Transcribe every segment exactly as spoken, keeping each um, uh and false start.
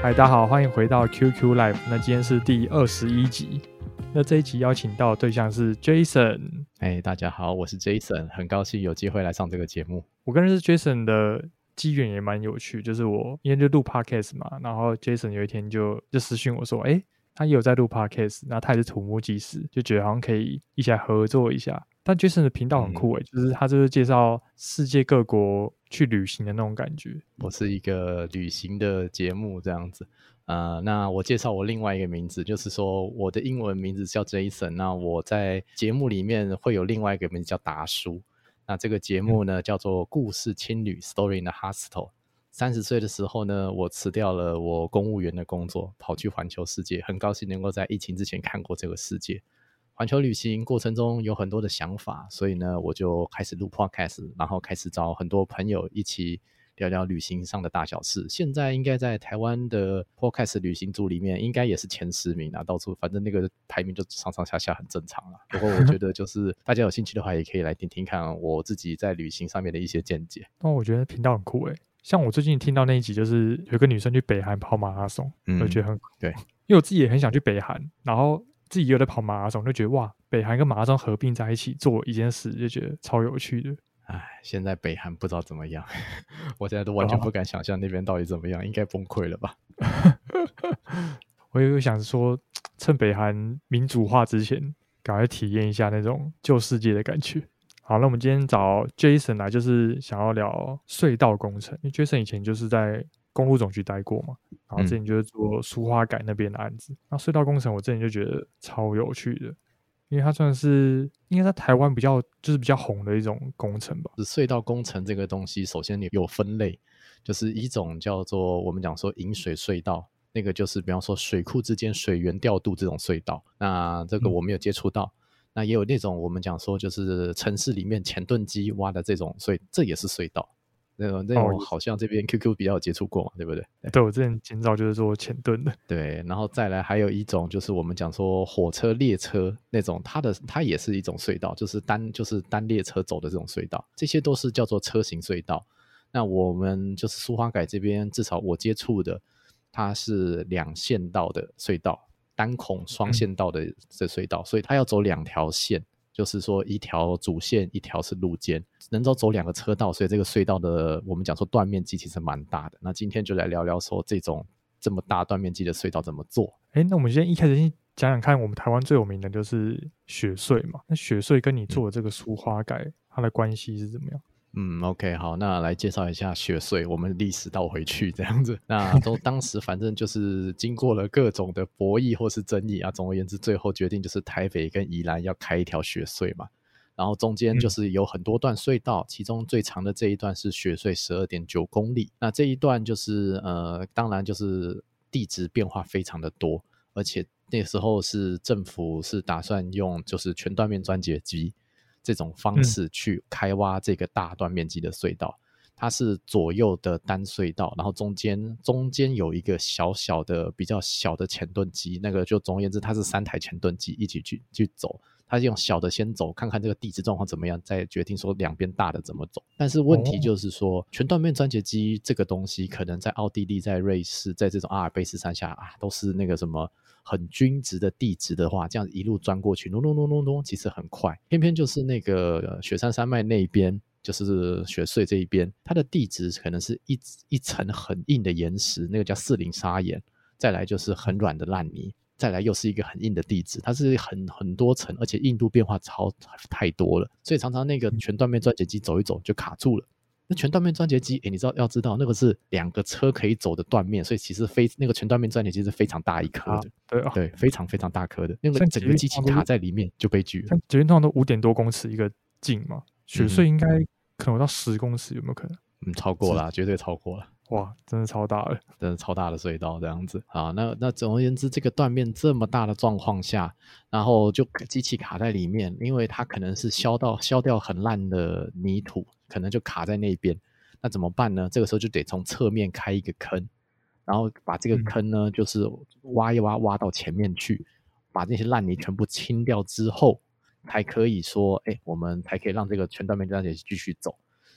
嗨，大家好，欢迎回到 Q Q Live。那今天是第二十一集。那这一集邀请到的对象是 Jason。 哎，大家好，我是 Jason， 很高兴有机会来上这个节目。 我跟认识 Jason 的机缘也蛮有趣，就是我因为就录 Podcast 嘛，然后 Jason 有一天就就私讯我说，哎，他也有在录 Podcast， 然后他也是土木技师，就觉得好像可以一起来合作一下。但 Jason 的频道很酷诶、嗯、就是他就是介绍世界各国去旅行的那种感觉。 我是一个旅行的节目这样子。呃，那我介绍我另外一个名字，就是说我的英文名字叫 Jason， 那我在节目里面会有另外一个名字叫达叔。那这个节目呢、嗯、叫做故事青旅 Story in the Hostel。三十岁的时候呢，我辞掉了我公务员的工作，跑去环球世界，很高兴能够在疫情之前看过这个世界。环球旅行过程中有很多的想法，所以呢我就开始录 podcast， 然后开始找很多朋友一起聊聊旅行上的大小事。现在应该在台湾的 podcast 旅行组里面应该也是前十名啊，到处反正那个排名就上上下下很正常啦。不过我觉得就是大家有兴趣的话也可以来听听看我自己在旅行上面的一些见解。 那我觉得频道很酷耶，像我最近听到那一集就是有个女生去北韩跑马拉松、嗯、我觉得很酷。 对， 因为我自己也很想去北韩，然后自己有在跑马拉松，就觉得哇，北韩跟马拉松合并在一起做一件事，就觉得超有趣的。 唉，现在北韩不知道怎么样，我现在都完全不敢想象那边到底怎么样，应该崩溃了吧？ 我也有想说，趁北韩民主化之前，赶快体验一下那种旧世界的感觉。好，那我们今天找 Jason 来，就是想要聊隧道工程，因为 Jason 以前就是在公路总局待过嘛，然后之前就是做苏花改那边的案子。那、嗯、隧道工程我之前就觉得超有趣的，因为它算是应该在台湾比较就是比较红的一种工程吧。 隧道工程这个东西，首先你有分类，就是一种叫做我们讲说引水隧道，那个就是比方说水库之间水源调度这种隧道，那这个我没有接触到。嗯，那也有那种我们讲说就是城市里面前盾机挖的这种，所以这也是隧道。那种那种好像这边 Q Q 比较有接触过嘛，对不对？ 对，对，我之前建造就是做前盾的。 对，然后再来还有一种就是我们讲说火车列车那种，它的它也是一种隧道，就是单就是单列车走的这种隧道，这些都是叫做车型隧道。那我们就是苏花改这边，至少我接触的，它是两线道的隧道，单孔双线道的这隧道、嗯、所以它要走两条线，就是说一条主线一条是路肩，能够走两个车道，所以这个隧道的我们讲说断面积其实蛮大的。那今天就来聊聊说这种这么大断面积的隧道怎么做。 诶，那我们先一开始先讲讲看，我们台湾最有名的就是雪隧嘛，那雪隧跟你做的这个苏花改、嗯、它的关系是怎么样？ 嗯 OK 好，那来介绍一下雪隧，我们历史倒回去这样子。那都当时反正就是经过了各种的博弈或是争议啊，总而言之最后决定就是台北跟宜兰要开一条雪隧嘛，然后中间就是有很多段隧道、嗯、其中最长的这一段是雪隧 十二点九公里。那这一段就是呃，当然就是地质变化非常的多，而且那时候是政府是打算用就是全断面钻掘机这种方式去开挖这个大段面积的隧道、嗯、它是左右的单隧道，然后中间中间有一个小小的比较小的前盾机，那个就总而言之它是三台前盾机一起去去走，它用小的先走看看这个地质状况怎么样，再决定说两边大的怎么走。但是问题就是说、哦、全断面钻掘机这个东西可能在奥地利在瑞士在这种阿尔卑斯山下啊，都是那个什么很均质的地质的话，这样一路钻过去咚咚咚咚咚其实很快。偏偏就是那个雪山山脉那一边就是雪隧这一边，它的地质可能是一一层很硬的岩石，那个叫四零砂岩，再来就是很软的烂泥，再来又是一个很硬的地质，它是很很多层，而且硬度变化超太多了，所以常常那个全断面钻掘机走一走就卡住了。那全断面钻掘机，你知道要知道那个是两个车可以走的断面，所以其实非那个全断面钻掘机是非常大一颗的、啊对, 哦、对，非常非常大颗的，那个整个机器卡在里面就悲剧了。 像捷运通常都五点多公尺一个径嘛，雪隧应该可能有到十公尺，有没有可能？ 嗯，超过了，绝对超过了。 哇，真的超大了， 真的超大的隧道这样子啊。那那总而言之，这个断面这么大的状况下，然后就机器卡在里面，因为它可能是削到削掉很烂的泥土，可能就卡在那边。那怎么办呢？这个时候就得从侧面开一个坑，然后把这个坑呢，就是挖一挖，挖到前面去，把那些烂泥全部清掉之后，才可以说，哎，我们才可以让这个全断面钻掘机继续走。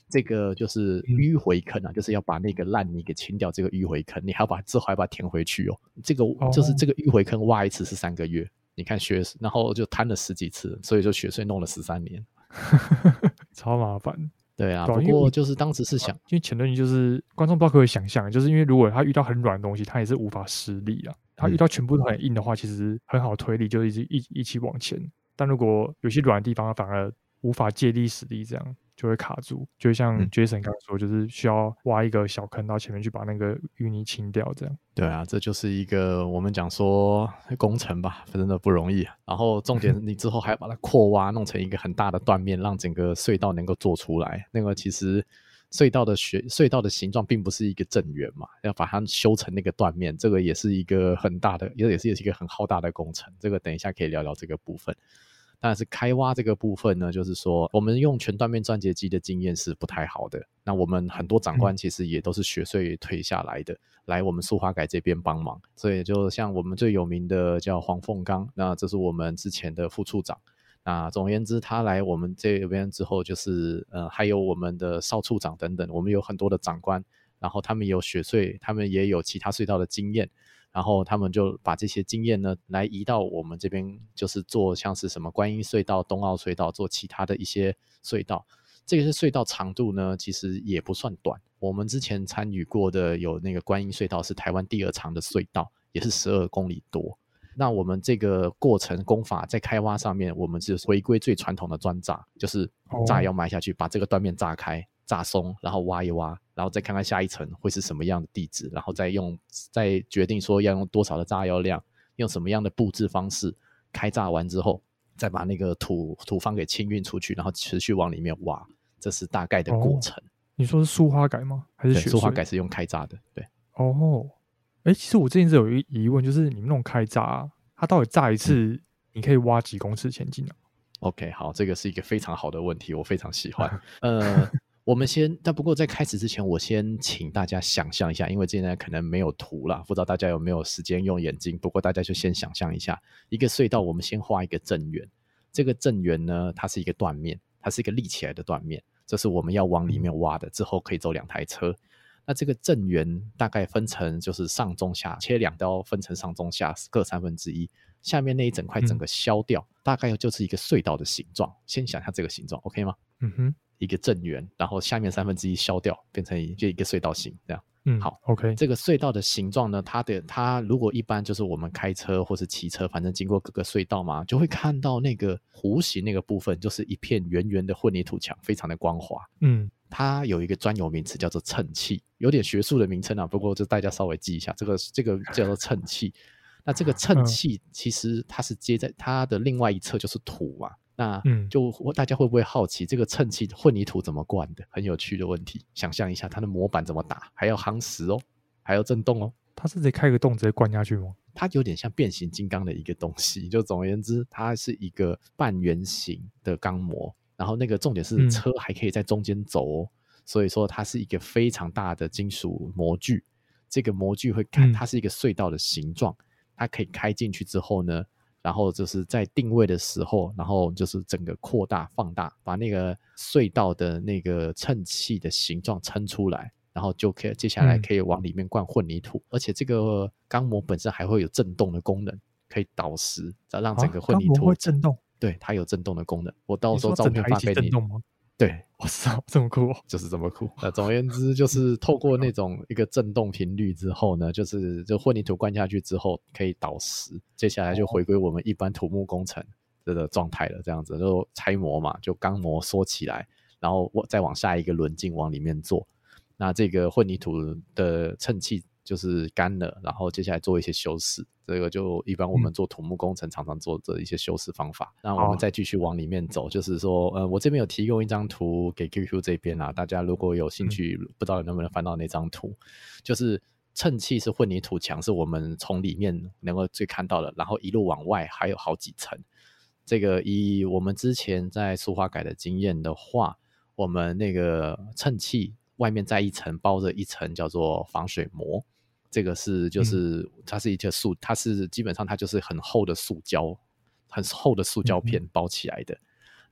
这个就是迂回坑啊，就是要把那个烂泥给清掉，这个迂回坑你还要把之后还要把它填回去哦。这个就是这个迂回坑挖一次是三个月，你看学，然后就摊了十几次，所以就学税弄了十三年， 超麻烦。 对啊，不过就是当时是想， 因为前段就是观众不知道可不可以想象，就是因为如果他遇到很软的东西，他也是无法施力啊。他遇到全部都很硬的话，其实很好推力，就一直一一起往前。但如果有些软的地方，反而无法借力使力，这样就会卡住。就像 Jason 刚刚说，就是需要挖一个小坑到前面去把那个淤泥清掉，这样。 对啊，这就是一个我们讲说工程吧，真的不容易。然后重点，你之后还要把它扩挖，弄成一个很大的断面，让整个隧道能够做出来。那个其实隧道的学隧道的形状并不是一个正圆嘛，要把它修成那个断面，这个也是一个很大的，也是也是一个很浩大的工程。这个等一下可以聊聊这个部分。但是开挖这个部分呢，就是说我们用全断面钻结机的经验是不太好的。那我们很多长官其实也都是学税退下来的，嗯、来我们苏花改这边帮忙。所以就像我们最有名的叫黄凤刚，那这是我们之前的副处长。那总而言之，他来我们这边之后，就是呃，还有我们的邵处长等等，我们有很多的长官，然后他们有学税，他们也有其他隧道的经验。然后他们就把这些经验呢来移到我们这边，就是做像是什么观音隧道、东澳隧道，做其他的一些隧道。这个隧道长度呢其实也不算短，我们之前参与过的有那个观音隧道是台湾第二长的隧道，也是十二公里多。那我们这个过程工法在开挖上面，我们是回归最传统的钻炸，就是炸药埋下去，把这个断面炸开炸松，然后挖一挖，然后再看看下一层会是什么样的地质，然后再用再决定说要用多少的炸药量，用什么样的布置方式，开炸完之后再把那个土土方给清运出去，然后持续往里面挖，这是大概的过程。哦、 你说是苏花改吗？还是雪隧？ 苏花改是用开炸的，对。 哦，哎，其实我之前是有一疑问，就是你们那种开炸、啊，它到底炸一次、嗯、你可以挖几公尺前进啊 ？OK， 好，这个是一个非常好的问题，我非常喜欢。呃。我们先，但不过在开始之前，我先请大家想象一下，因为现在可能没有图啦，不知道大家有没有时间用眼睛。不过大家就先想象一下，一个隧道，我们先画一个正圆。这个正圆呢，它是一个断面，它是一个立起来的断面，这是我们要往里面挖的，之后可以走两台车。那这个正圆大概分成就是上中下，切两刀分成上中下各三分之一，下面那一整块整个削掉、嗯，大概就是一个隧道的形状。先想一下这个形状 ，OK 吗？ 嗯哼。 一个正圆，然后下面三分之一削掉，变成一就一个隧道形这样。 嗯， 好 ，OK。 这个隧道的形状呢，它的它如果一般就是我们开车或是骑车，反正经过各个隧道嘛，就会看到那个弧形那个部分，就是一片圆圆的混凝土墙，非常的光滑。 嗯， 它有一个专有名词叫做衬气，有点学术的名称啊，不过就大家稍微记一下，这个这个叫做衬气。那这个衬气其实它是接在它的另外一侧就是土嘛。那就大家会不会好奇这个衬气混凝土怎么灌的？很有趣的问题。想象一下它的模板怎么打，还要夯实哦，还要震动哦。 它是直接开个洞直接灌下去吗？ 它有点像变形金刚的一个东西，就总而言之它是一个半圆形的钢模，然后那个重点是车还可以在中间走哦、嗯、所以说它是一个非常大的金属模具。这个模具会看它是一个隧道的形状、嗯、它可以开进去之后呢，然后就是在定位的时候，然后就是整个扩大放大，把那个隧道的那个衬气的形状撑出来，然后就可以接下来可以往里面灌混凝土、嗯、而且这个钢模本身还会有震动的功能，可以导实让整个混凝土、啊、钢模会震动。 对，它有震动的功能，我到时候照片发给你。 震动吗？ 对， 我操，这么酷、哦、 就是这么酷。那总而言之，就是透过那种一个震动频率之后呢，就是就混凝土灌下去之后可以导实，接下来就回归我们一般土木工程的状态了。这样子就拆模嘛，就钢模缩起来，然后再往下一个轮径往里面做。那这个混凝土的衬气就是干了，然后接下来做一些修饰，这个就一般我们做土木工程常常做的一些修饰方法、嗯、那我们再继续往里面走，就是说呃，我这边有提供一张图给 Q Q 这边啦，大家如果有兴趣、嗯、不知道能不能翻到那张图，就是衬气是混凝土墙，是我们从里面能够最看到的，然后一路往外还有好几层。这个以我们之前在苏花改的经验的话，我们那个衬气外面再一层包着一层叫做防水膜，这个是就是它是一些塑，它是基本上它就是很厚的塑胶，很厚的塑胶片包起来的。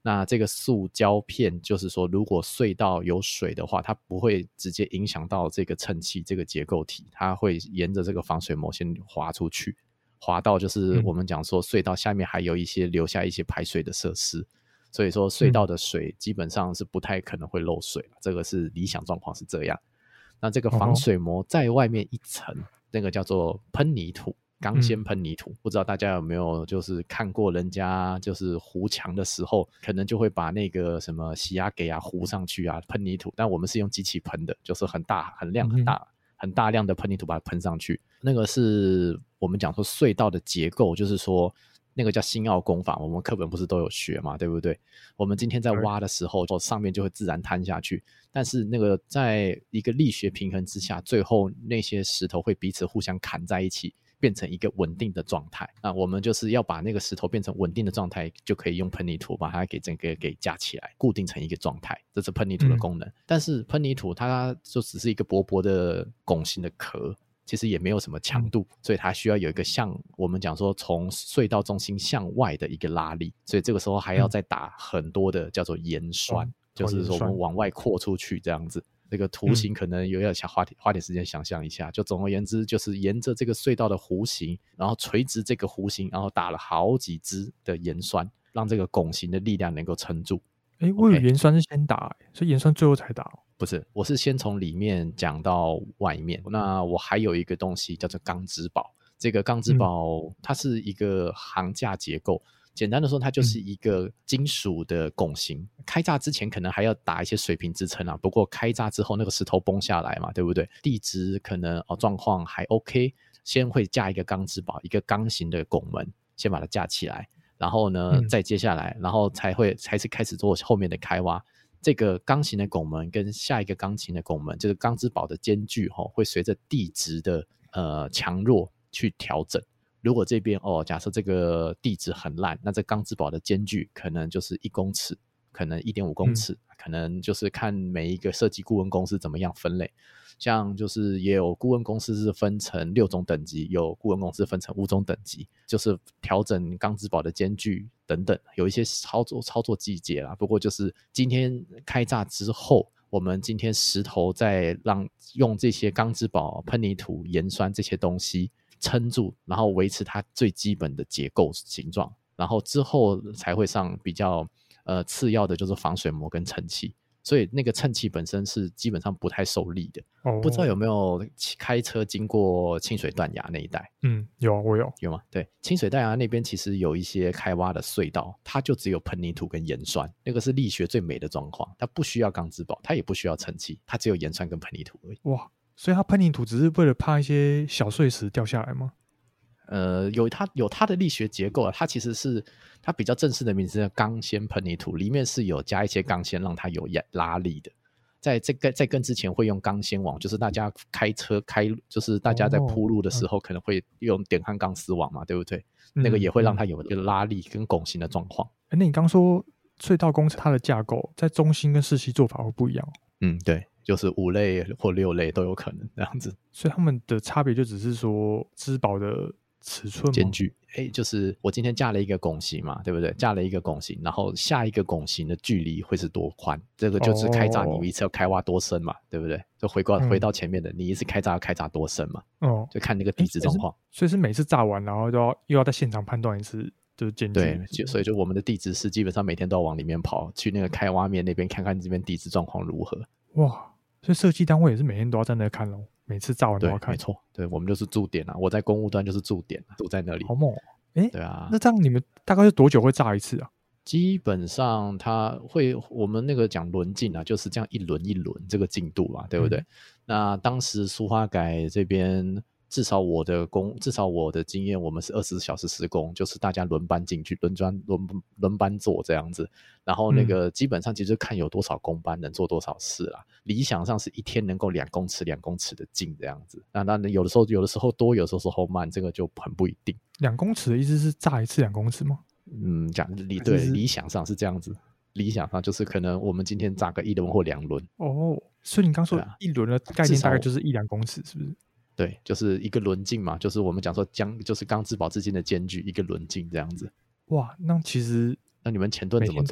那这个塑胶片就是说，如果隧道有水的话，它不会直接影响到这个衬器这个结构体，它会沿着这个防水膜先滑出去，滑到就是我们讲说隧道下面还有一些留下一些排水的设施，所以说隧道的水基本上是不太可能会漏水，嗯、这个是理想状况是这样。那这个防水膜在外面一层，哦、那个叫做喷泥土。钢纤喷泥土、嗯、不知道大家有没有就是看过人家就是糊墙的时候，可能就会把那个什么洗牙给啊糊上去啊，喷泥土，但我们是用机器喷的，就是很大很亮很大、嗯、很大量的喷泥土把它喷上去。那个是我们讲说隧道的结构，就是说那个叫新奥工法，我们课本不是都有学嘛，对不对？我们今天在挖的时候，上面就会自然摊下去，但是那个在一个力学平衡之下，最后那些石头会彼此互相砍在一起，变成一个稳定的状态。那我们就是要把那个石头变成稳定的状态，就可以用喷泥土把它给整个给架起来，固定成一个状态，这是喷泥土的功能、嗯、但是喷泥土它就只是一个薄薄的拱形的壳，其实也没有什么强度、嗯、所以它需要有一个像我们讲说从隧道中心向外的一个拉力，所以这个时候还要再打很多的叫做盐酸、嗯、就是说我们往外扩出去这样子。这个图形可能有点想花点花点时间想象一下，就总而言之就是沿着这个隧道的弧形，然后垂直这个弧形，然后打了好几支的盐酸，让这个拱形的力量能够撑住。 哎，我以为盐酸是先打，所以盐酸最后才打。 不是，我是先从里面讲到外面。那我还有一个东西叫做钢之堡，这个钢之堡、嗯、它是一个桁架结构。简单的说，它就是一个金属的拱形、嗯、开炸之前可能还要打一些水平支撑啊，不过开炸之后那个石头崩下来嘛，对不对？地质可能哦状况还 OK， 先会架一个钢之堡，一个钢形的拱门，先把它架起来，然后呢、嗯、再接下来，然后才会才是开始做后面的开挖。这个钢形的拱门跟下一个钢形的拱门，就是钢之堡的间距、哦、会随着地质的呃强弱去调整。如果这边哦，假设这个地质很烂，那这钢之堡的间距可能就是一公尺，可能 一点五公尺、嗯、可能就是看每一个设计顾问公司怎么样分类。像就是也有顾问公司是分成六种等级，有顾问公司分成五种等级，就是调整钢之堡的间距等等，有一些操作操作细节啦。不过就是今天开炸之后，我们今天石头再让用这些钢之堡、喷泥土、盐酸这些东西撑住，然后维持它最基本的结构形状，然后之后才会上比较呃次要的就是防水膜跟衬器。所以那个衬器本身是基本上不太受力的、哦、不知道有没有开车经过清水断崖那一带？ 嗯，有，我有。 有吗？对，清水断崖那边其实有一些开挖的隧道，它就只有喷泥土跟盐酸，那个是力学最美的状况，它不需要钢之堡，它也不需要衬器，它只有盐酸跟喷泥土而已。 哇，所以它喷泥土只是为了怕一些小碎石掉下来吗？ 呃，有它有它的力学结构、啊、它其实是它比较正式的名字叫钢纤喷泥土，里面是有加一些钢纤让它有拉力的。在这个在更之前会用钢纤网，就是大家开车开就是大家在铺路的时候可能会用点焊钢丝网嘛，对不对、嗯、那个也会让它有一个拉力跟拱形的状况、 嗯、那你刚说隧道工程它的架构在中心跟世溪做法会不一样？ 嗯，对，就是五类或六类都有可能这样子。 所以他们的差别就只是说之堡的尺寸间距，哎，就是我今天架了一个拱形嘛，对不对？架了一个拱形，然后下一个拱形的距离会是多宽？这个就是开闸你一次要开挖多深嘛，哦、对不对？就回过回到前面的，嗯、你一次开闸要开闸多深嘛？哦，就看那个地质状况。 所以是每次炸完，然后都要又要在现场判断一次，就是间距。 对，就所以就我们的地质师基本上每天都要往里面跑，去那个开挖面那边看看这边地质状况如何。 哇！所以设计单位也是每天都要在那看咯，每次炸完都要看。 对，没错，对，我们就是驻点啊，我在公务端就是驻点，驻在那里。 好猛哦！哎， 对啊， 那这样你们大概是多久会炸一次啊？ 基本上它会，我们那个讲轮进啊，就是这样一轮一轮这个进度嘛，对不对？嗯、那当时苏花改这边。至少我的工，至少我的经验，我们是二十四小时施工，就是大家轮班进去，轮专轮轮班做这样子。然后那个基本上其实看有多少工班能做多少事啦。理想上是一天能够两公尺两公尺的进这样子。那那有的时候有的时候多，有的时候慢，这个就很不一定。 两公尺的意思是炸一次两公尺吗？ 嗯，讲理对，理想上是这样子。理想上就是可能我们今天炸个一轮或两轮。 哦，所以你刚说一轮的概念大概就是一两公尺，是不是？ 对，就是一个轮径嘛，就是我们讲说将就是钢之堡之间的间距一个轮径这样子。 哇，那其实那你们前盾怎么做？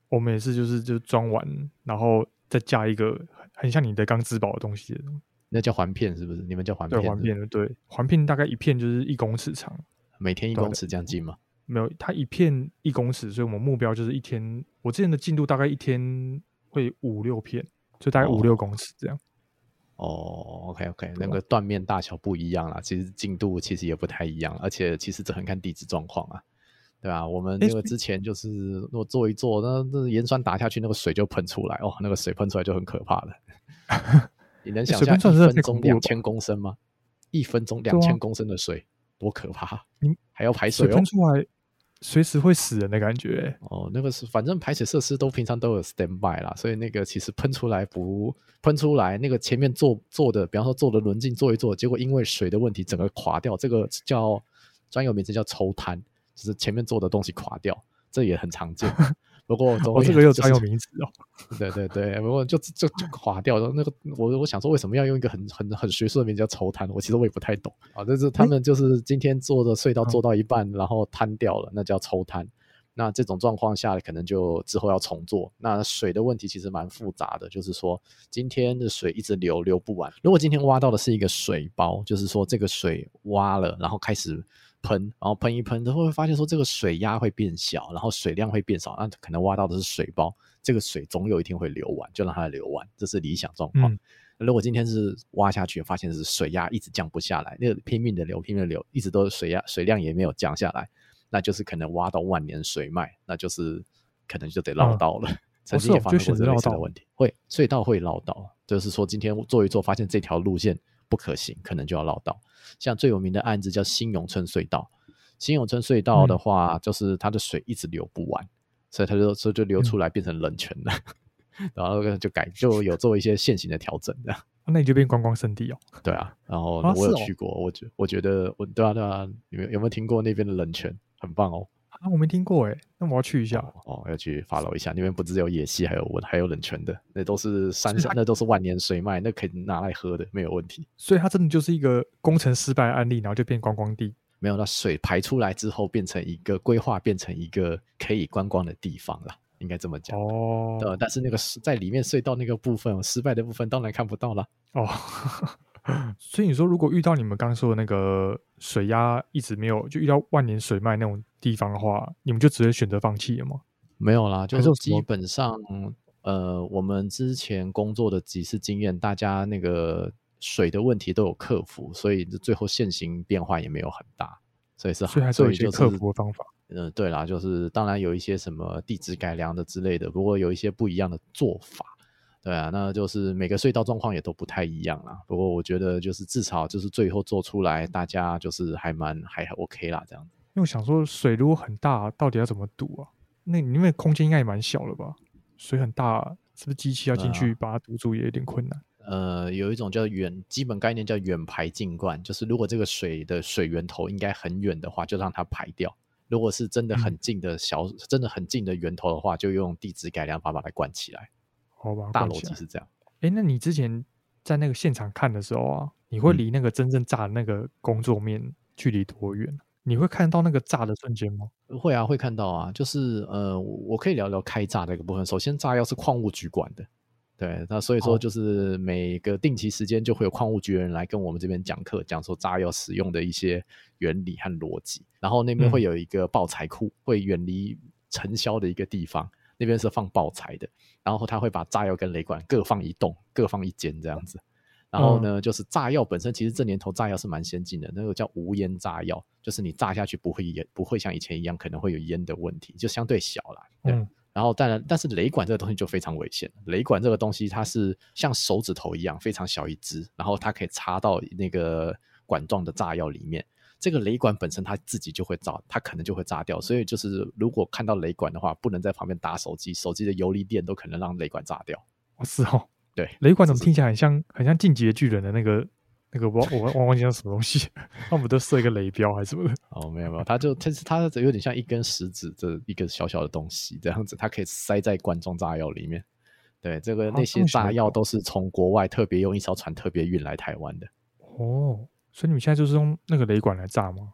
我们也是就是就装完，然后再加一个很像你的钢之宝的东西的东西。 那叫环片是不是？你们叫环片？ 对，环片的，对，环片大概一片就是一公尺长， 每天一公尺这样进吗？ 没有，它一片一公尺，所以我们目标就是一天。我之前的进度大概一天会五六片，就大概五六公尺这样。 哦 ，OK OK，、啊、那个断面大小不一样啦，其实进度其实也不太一样，而且其实这很看地质状况啊。对啊，我们那个之前就是如果做一做，那那盐酸打下去，那个水就喷出来哦，那个水喷出来就很可怕了。你能想象一分钟两千公升吗？一分钟两千公升的水，多可怕！你还要排水哦， 水喷出来，随时会死人的感觉、欸。 哦，那个是反正排水设施都平常都有 standby 啦，所以那个其实喷出来不喷出来，那个前面做做的，比方说做的轮径做一做，结果因为水的问题整个垮掉，这个叫专有名词叫抽滩。就是前面做的东西垮掉，这也很常见。不过总、就是哦，这个有专有名词哦。 对对对，不过就就就垮掉了。那个我我想说，为什么要用一个很很很学术的名字叫抽滩？我其实我也不太懂啊。但是他们就是今天做的隧道做到一半，然后瘫掉了，那叫抽滩。那这种状况下，可能就之后要重做。那水的问题其实蛮复杂的，就是说今天的水一直流流不完。如果今天挖到的是一个水包，就是说这个水挖了，然后开始喷，然后喷一喷，然后会发现说这个水压会变小，然后水量会变少，那可能挖到的是水包，这个水总有一天会流完，就让它流完，这是理想状况。嗯，如果今天是挖下去，发现是水压一直降不下来，那个拼命的流，拼命的流，一直都水压水量也没有降下来，那就是可能挖到万年水脉，那就是可能就得绕道了。嗯、曾经也发生过这类似的问题，会隧道会绕道，就是说今天做一做，发现这条路线不可行，可能就要绕道。像最有名的案子叫新永春隧道，新永春隧道的话，嗯、就是它的水一直流不完，所以它就所以就流出来变成冷泉了，嗯、然后就改就有做一些现行的调整的。 那你就变观光圣地哦。 对啊，然后我有去过，啊哦、我觉我觉得我对啊对啊，你们有没有听过那边的冷泉？很棒哦。 啊，我没听过哎，那我要去一下。 哦，哦要去 follow 一下，那边不只有野溪，还有温，还有冷泉的，那都是山上，那都是万年水脉，那可以拿来喝的，没有问题。 所以它真的就是一个工程失败的案例，然后就变观光地。 没有，那水排出来之后，变成一个规划，变成一个可以观光的地方了，应该这么讲。 哦， 对，但是那个在里面隧道那个部分，失败的部分当然看不到了。 哦。所以你说，如果遇到你们刚刚说的那个水压一直没有，就遇到万年水脉那种地方的话，你们就直接选择放弃了吗？ 没有啦，就是基本上，呃，我们之前工作的几次经验，大家那个水的问题都有克服，所以最后现行变化也没有很大，所以是所以还是有一些克服的方法。 嗯、呃，对啦，就是当然有一些什么地质改良的之类的，不过有一些不一样的做法。对啊，那就是每个隧道状况也都不太一样啦。不过我觉得就是至少就是最后做出来，大家就是还蛮还 OK 啦这样。 因为我想说，水如果很大，到底要怎么堵啊？那你因为空间应该也蛮小了吧？水很大，是不是机器要进去把它堵住也有点困难？ 呃，有一种叫远基本概念叫远排近灌，就是如果这个水的水源头应该很远的话，就让它排掉；如果是真的很近的小，嗯、真的很近的源头的话，就用地质改良法把它灌起来。 好吧， 大逻辑是这样。 哎，那你之前在那个现场看的时候啊，你会离那个真正炸的那个工作面距离多远？嗯、你会看到那个炸的瞬间吗？ 会啊，会看到啊。就是呃，我可以聊聊开炸的一个部分。首先，炸药是矿务局管的，对，那所以说就是每个定期时间就会有矿务局的人来跟我们这边讲课，讲说炸药使用的一些原理和逻辑。然后那边会有一个爆材库，嗯、会远离尘嚣的一个地方。那边是放爆材的，然后他会把炸药跟雷管各放一栋，各放一间这样子。然后呢，嗯、就是炸药本身，其实这年头炸药是蛮先进的，那个叫无烟炸药，就是你炸下去不会也不会像以前一样可能会有烟的问题，就相对小啦。对。嗯、然后当然，但是雷管这个东西就非常危险。雷管这个东西它是像手指头一样非常小一支，然后它可以插到那个管状的炸药里面。这个雷管本身它自己就会炸，它可能就会炸掉，所以就是如果看到雷管的话，不能在旁边打手机，手机的游离电都可能让雷管炸掉。 哦，是哦， 对， 雷管怎么听起来很像很像进击的巨人的那个那个我我我忘记叫什么东西，他们都设一个雷标还是什么的？ 哦，没有没有，它就它它有点像一根食指这一个小小的东西这样子，它可以塞在管状炸药里面。对，这个那些炸药都是从国外特别用一艘船特别运来台湾的。 哦。所以你们现在就是用那个雷管来炸吗？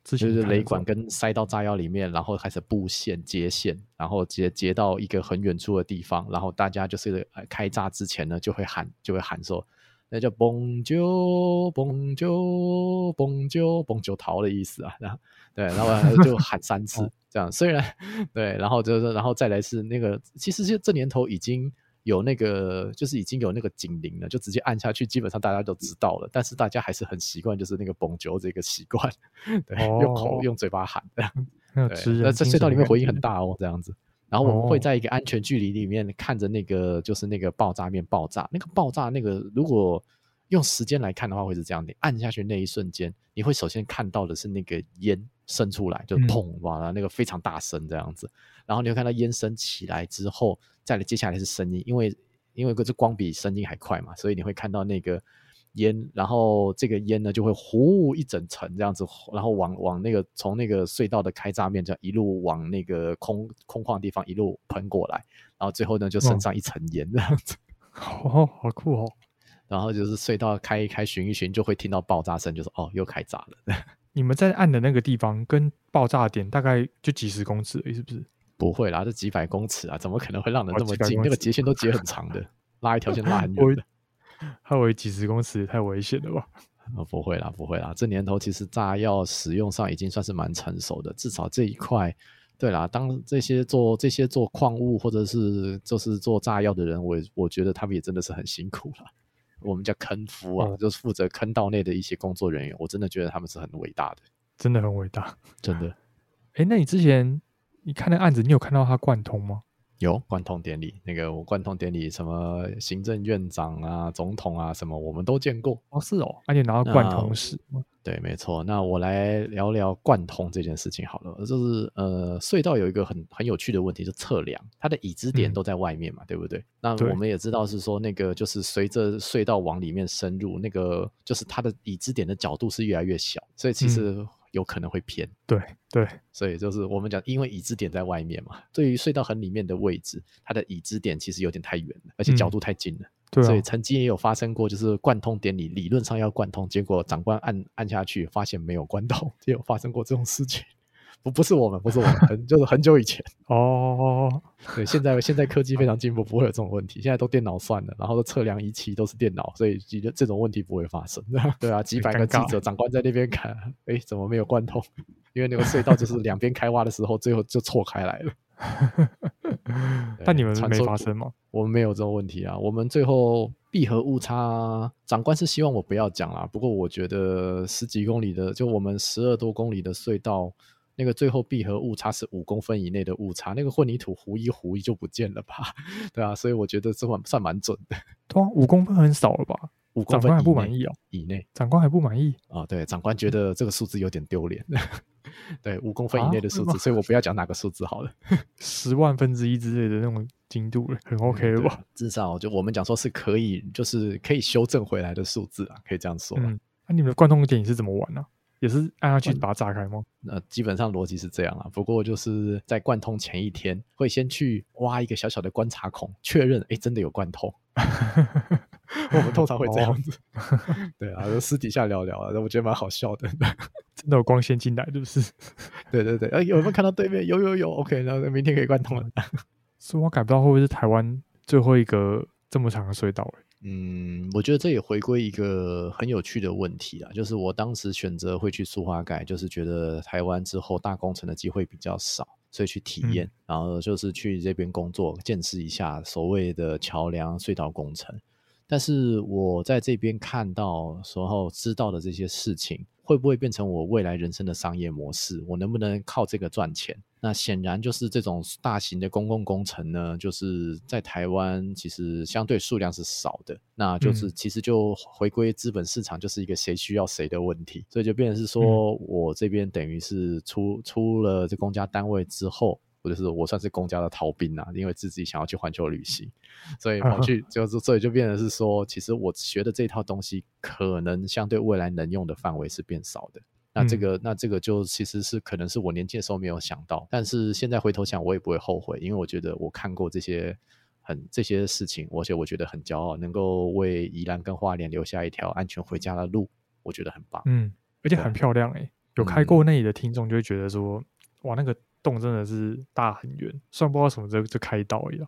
之前就是雷管跟塞到炸药里面，然后开始布线接线，然后接接到一个很远处的地方，然后大家就是开炸之前呢，就会喊就会喊说，那叫蹦啾蹦啾蹦啾蹦啾逃的意思啊，然后对，然后就喊三次这样，虽然对，然后就是然后再来是那个，其实这年头已经有那个就是已经有那个警铃了，就直接按下去，基本上大家都知道了，但是大家还是很习惯就是那个蹦啾这个习惯，对，哦、用口用嘴巴喊这样，对，那在隧道里面回音很大哦，这样子。然后我们会在一个安全距离里面看着那个就是那个爆炸面爆炸，那个爆炸那个如果用时间来看的话会是这样，你按下去那一瞬间，你会首先看到的是那个烟升出来，就砰、嗯、哇，那个非常大声这样子，然后你会看到烟升起来之后，再来接下来是声音，因为因为这光比声音还快嘛，所以你会看到那个烟，然后这个烟呢就会呼一整层这样子，然后往往那个从那个隧道的开闸面这样一路往那个空空旷的地方一路喷过来，然后最后呢就升上一层烟这样子， 哦，好酷哦。 然后就是隧道开一开巡一巡就会听到爆炸声，就是哦又开闸了。 你们在按的那个地方跟爆炸点大概就几十公尺而已，是不是？ 不会啦，这几百公尺啊，怎么可能会让人这么近？那个截线都截很长的，拉一条线拉很远的。 还以为几十公尺也太危险了吧？ 哦，不会啦，不会啦。这年头其实炸药使用上已经算是蛮成熟的，至少这一块。对啦，当这些做这些做矿物或者是就是做炸药的人，我我觉得他们也真的是很辛苦啦。我们叫坑夫啊、哦，就是负责坑道内的一些工作人员，我真的觉得他们是很伟大的， 真的很伟大， 真的。 哎，那你之前你看那案子，你有看到他贯通吗？ 有贯通典礼，那个我贯通典礼，什么行政院长啊、总统啊，什么我们都见过。 哦，是哦，而且拿到贯通史吗？ 对，没错。那我来聊聊贯通这件事情好了。就是呃，隧道有一个很很有趣的问题，就是测量，它的已知点都在外面嘛，嗯、对不对？那我们也知道是说，那个就是随着隧道往里面深入，那个就是它的已知点的角度是越来越小，所以其实、嗯。有可能会偏， 对对， 所以就是我们讲，因为已知点在外面嘛，对于隧道很里面的位置，它的已知点其实有点太远了，而且角度太近了，嗯对啊、所以曾经也有发生过，就是贯通典礼理论上要贯通，结果长官按按下去，发现没有贯通，也有发生过这种事情。不不是我们，不是我们，很就是很久以前哦。对，现在现在科技非常进步，不会有这种问题。现在都电脑算了，然后测量仪器都是电脑，所以这种问题不会发生。对啊，几百个记者长官在那边看，哎，怎么没有贯通？因为那个隧道就是两边开挖的时候，最后就错开来了。 但你们没发生吗？ 我们没有这种问题啊。我们最后闭合误差，长官是希望我不要讲啦。不过我觉得十几公里的，就我们十二多公里的隧道。那个最后闭合误差是五公分以内的误差，那个混凝土糊一糊就不见了吧？对啊，所以我觉得这算蛮准的。 对啊，五公分很少了吧？ 五公分长官还不满意哦。 以内， 长官还不满意啊、哦？对，长官觉得这个数字有点丢脸。对，五公分以内的数字、啊，所以我不要讲哪个数字好了。 十万分之一之类的那种精度了，很 OK 了吧？ 嗯、至少就我们讲说是可以，就是可以修正回来的数字啊，可以这样说。 嗯，那、啊、你们的贯通典礼是怎么玩呢、啊？也是按下去把它炸开吗？ 呃，基本上逻辑是这样啊，不过就是在贯通前一天会先去挖一个小小的观察孔，确认哎真的有贯通。我们通常会这样子，哦、对啊，就私底下聊聊啊，我觉得蛮好笑的。 真的有光线进来，是不是？ 对对对，哎、呃，有没有看到对面？有有有 ，OK， 那明天可以贯通了。 所以我改不到会不会是台湾最后一个这么长的隧道、欸？ 嗯，我觉得这也回归一个很有趣的问题啦，就是我当时选择会去苏花改，就是觉得台湾之后大工程的机会比较少，所以去体验、嗯，然后就是去这边工作，见识一下所谓的桥梁隧道工程。但是我在这边看到时候知道的这些事情，会不会变成我未来人生的商业模式？我能不能靠这个赚钱？那显然就是这种大型的公共工程呢，就是在台湾其实相对数量是少的，那就是其实就回归资本市场，就是一个谁需要谁的问题，所以就变成是说我这边等于是出出了这公家单位之后，或者是我算是公家的逃兵啊，因为自己想要去环球旅行，所以跑去就是所以就变成是说，其实我学的这套东西可能相对未来能用的范围是变少的。那这个、嗯、那这个就其实是可能是我年轻的时候没有想到，但是现在回头想我也不会后悔，因为我觉得我看过这些很这些事情，而且我觉得很骄傲，能够为宜兰跟花莲留下一条安全回家的路，我觉得很棒。 嗯，而且很漂亮诶、欸， 有开过那里的听众就会觉得说，嗯、哇，那个洞真的是大很远，虽然不知道什么就就开到而已了。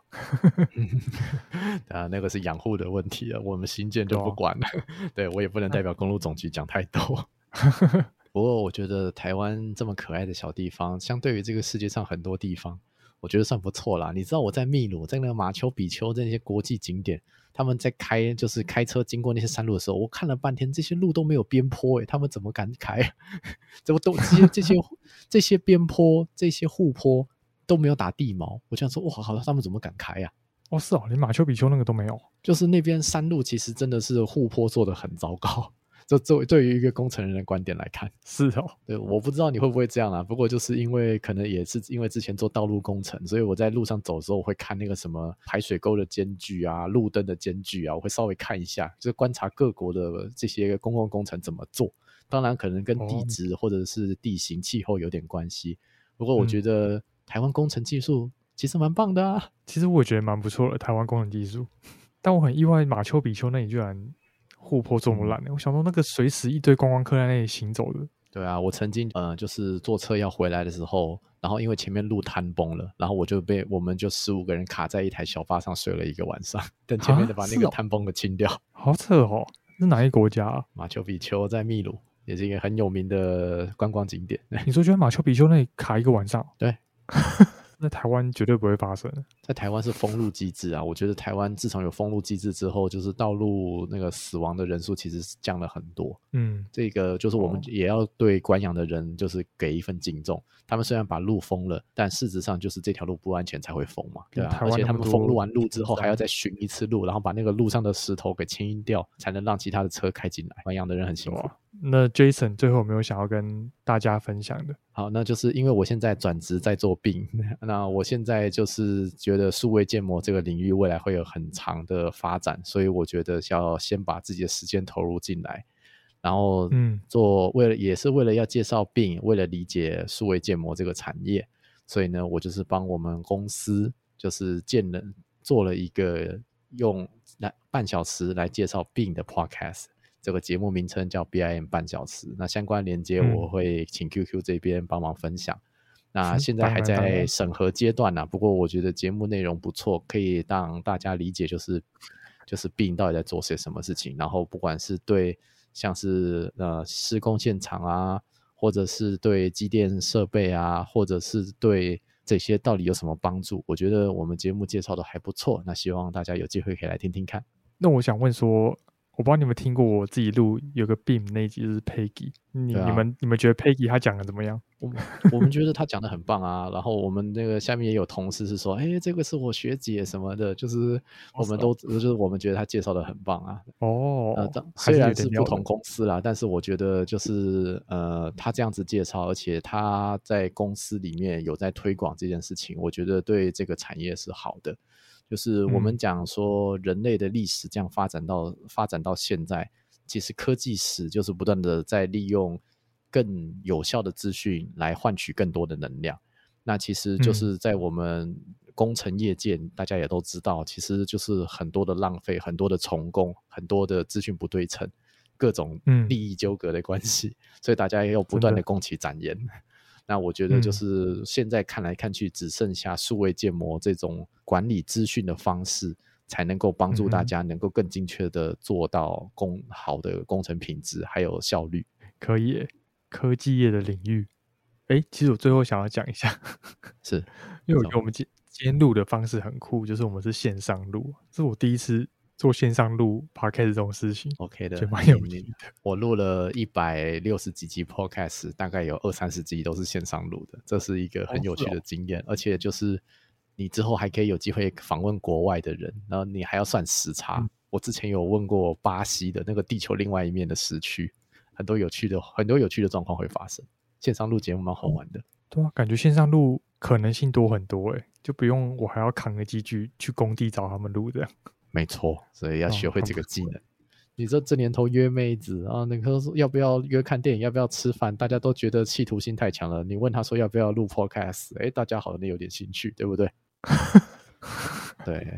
啊，那个是养护的问题了，我们新建就不管了。对, 对我也不能代表公路总局讲太多。不过我觉得台湾这么可爱的小地方，相对于这个世界上很多地方，我觉得算不错啦。你知道我在秘鲁，在那个马丘比丘这些国际景点，他们在开就是开车经过那些山路的时候，我看了半天，这些路都没有边坡诶，他们怎么敢开？怎么都这些这些这些边坡、这些护坡都没有打地锚？我想说，哇，好，他们怎么敢开啊？ 哦，是哦，连马丘比丘那个都没有。 就是那边山路其实真的是护坡做得很糟糕。就作为对于一个工程人的观点来看， 是哦， 对，我不知道你会不会这样啊。不过就是因为可能也是因为之前做道路工程，所以我在路上走的时候，我会看那个什么排水沟的间距啊、路灯的间距啊，我会稍微看一下，就是观察各国的这些公共工程怎么做。当然可能跟地质或者是地形、气候有点关系。不过我觉得台湾工程技术其实蛮棒的啊。 嗯、其实我也觉得蛮不错的台湾工程技术，但我很意外马丘比丘那里居然护坡这么烂、欸嗯、我想说那个随时一堆观光客在那里行走的。 对啊，我曾经呃就是坐车要回来的时候，然后因为前面路坍崩了，然后我就被我们就十五个人卡在一台小巴上睡了一个晚上，等前面的把那个坍崩的清掉。 好扯哦，是哪一个国家啊？ 马丘比丘在秘鲁，也是一个很有名的观光景点。 你说就在马丘比丘那里卡一个晚上？ 对。 在台湾绝对不会发生， 在台湾是封路机制啊。我觉得台湾自从有封路机制之后，就是道路那个死亡的人数其实是降了很多。嗯，这个就是我们也要对观养的人就是给一份敬重。他们虽然把路封了，但事实上就是这条路不安全才会封嘛，对啊。而且他们封路完路之后还要再巡一次路，然后把那个路上的石头给清掉，才能让其他的车开进来。观养的人很辛苦。 那 Jason 最后有没有想要跟大家分享的？ 好，那就是因为我现在转职在做病，那我现在就是觉得数位建模这个领域未来会有很长的发展，所以我觉得要先把自己的时间投入进来，然后做为了也是为了要介绍病，为了理解数位建模这个产业，所以呢，我就是帮我们公司就是建了做了一个用来半小时来介绍病的 podcast。这个节目名称叫 B I M 半小时，那相关连接我会请 Q Q 这边帮忙分享、嗯、那现在还在审核阶段、啊、不过我觉得节目内容不错，可以让大家理解就是就是病到底在做些什么事情，然后不管是对像是呃施工现场啊，或者是对机电设备啊，或者是对这些到底有什么帮助，我觉得我们节目介绍的还不错，那希望大家有机会可以来听听看。 那我想问说，我不知道你有没有听过我自己录有个 B I M 那一集就是 Peggy， 你、啊、你们你们觉得 Peggy 他讲的怎么样？ 我, 我们觉得他讲的很棒啊，然后我们那个下面也有同事是说，哎，这个是我学姐什么的，就是我们都、哦、就是我们觉得他介绍的很棒啊。哦，呃、虽然是不同公司啦，但是我觉得就是呃，他这样子介绍，而且他在公司里面有在推广这件事情，我觉得对这个产业是好的。就是我们讲说人类的历史这样发展到、嗯、发展到现在，其实科技史就是不断的在利用更有效的资讯来换取更多的能量。那其实就是在我们工程业界、嗯、大家也都知道，其实就是很多的浪费，很多的重工，很多的资讯不对称，各种利益纠葛的关系、嗯、所以大家也有不断的供其展言。那我觉得就是现在看来看去只剩下数位建模这种管理资讯的方式，才能够帮助大家能够更精确的做到工好的工程品质还有效率。 可以耶，科技业的领域。诶，其实我最后想要讲一下， 是因为我觉得我们今天录的方式很酷，就是我们是线上录，这是我第一次做线上录 podcast 这种事情 ，OK 的， 就蛮有趣的。 我录了一百六十几集 podcast， 大概有二三十集都是线上录的，这是一个很有趣的经验、哦哦。而且就是你之后还可以有机会访问国外的人，然后你还要算时差。嗯、我之前有问过巴西的那个地球另外一面的时区，很多有趣的很多有趣的状况会发生。线上录节目蛮好玩的、嗯， 对啊，感觉线上录可能性多很多诶，就不用我还要扛个机具去工地找他们录这样。 没错，所以要学会这个技能。哦、你说这年头约妹子啊，那个说要不要约看电影，要不要吃饭，大家都觉得企图心太强了。你问他说要不要录 podcast， 哎，大家好像有点兴趣，对不对？对。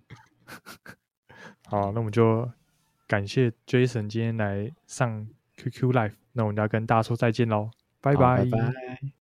好，那我们就感谢 Jason 今天来上 Q Q Live， 那我们要跟大家说再见咯。 拜好，拜拜。